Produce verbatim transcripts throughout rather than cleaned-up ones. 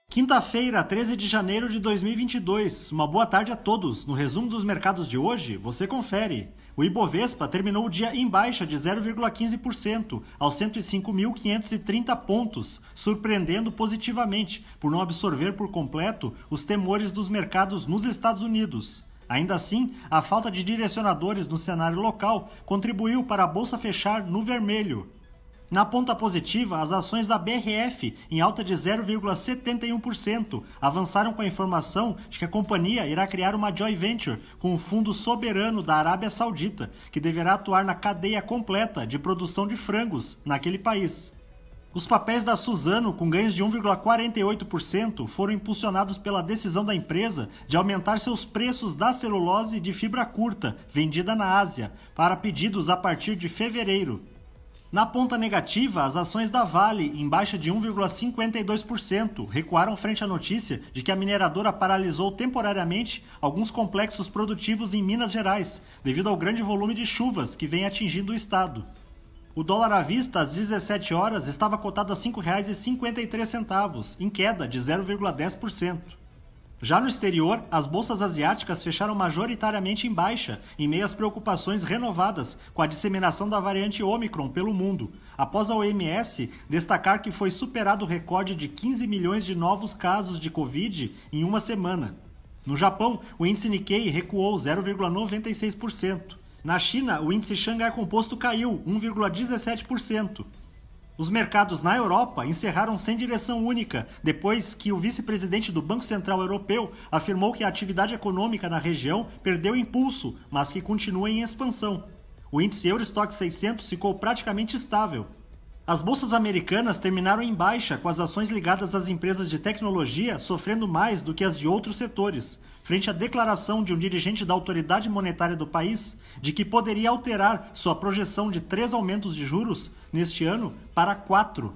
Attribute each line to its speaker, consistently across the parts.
Speaker 1: Quinta-feira, treze de janeiro de dois mil e vinte e dois. Uma boa tarde a todos. No resumo dos mercados de hoje, você confere. O Ibovespa terminou o dia em baixa de zero vírgula quinze por cento, aos cento e cinco mil quinhentos e trinta pontos, surpreendendo positivamente por não absorver por completo os temores dos mercados nos Estados Unidos. Ainda assim, a falta de direcionadores no cenário local contribuiu para a bolsa fechar no vermelho. Na ponta positiva, as ações da B R F, em alta de zero vírgula setenta e um por cento, avançaram com a informação de que a companhia irá criar uma joint venture com o fundo soberano da Arábia Saudita, que deverá atuar na cadeia completa de produção de frangos naquele país. Os papéis da Suzano, com ganhos de um vírgula quarenta e oito por cento, foram impulsionados pela decisão da empresa de aumentar seus preços da celulose de fibra curta, vendida na Ásia, para pedidos a partir de fevereiro. Na ponta negativa, as ações da Vale, em baixa de um vírgula cinquenta e dois por cento, recuaram frente à notícia de que a mineradora paralisou temporariamente alguns complexos produtivos em Minas Gerais, devido ao grande volume de chuvas que vem atingindo o estado. O dólar à vista, às dezessete horas, estava cotado a cinco reais e cinquenta e três centavos, em queda de zero vírgula dez por cento. Já no exterior, as bolsas asiáticas fecharam majoritariamente em baixa, em meio às preocupações renovadas com a disseminação da variante Ômicron pelo mundo, após a O M S destacar que foi superado o recorde de quinze milhões de novos casos de Covid em uma semana. No Japão, o índice Nikkei recuou zero vírgula noventa e seis por cento. Na China, o índice Xangai Composto caiu um vírgula dezessete por cento. Os mercados na Europa encerraram sem direção única, depois que o vice-presidente do Banco Central Europeu afirmou que a atividade econômica na região perdeu impulso, mas que continua em expansão. O índice Eurostoxx seiscentos ficou praticamente estável. As bolsas americanas terminaram em baixa, com as ações ligadas às empresas de tecnologia sofrendo mais do que as de outros setores, frente à declaração de um dirigente da autoridade monetária do país de que poderia alterar sua projeção de três aumentos de juros neste ano para quatro.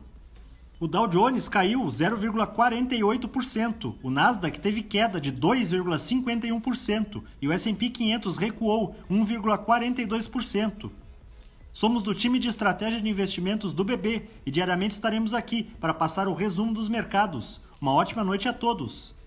Speaker 1: O Dow Jones caiu zero vírgula quarenta e oito por cento, o Nasdaq teve queda de dois vírgula cinquenta e um por cento e o S e P quinhentos recuou um vírgula quarenta e dois por cento. Somos do time de estratégia de investimentos do B B e diariamente estaremos aqui para passar o resumo dos mercados. Uma ótima noite a todos!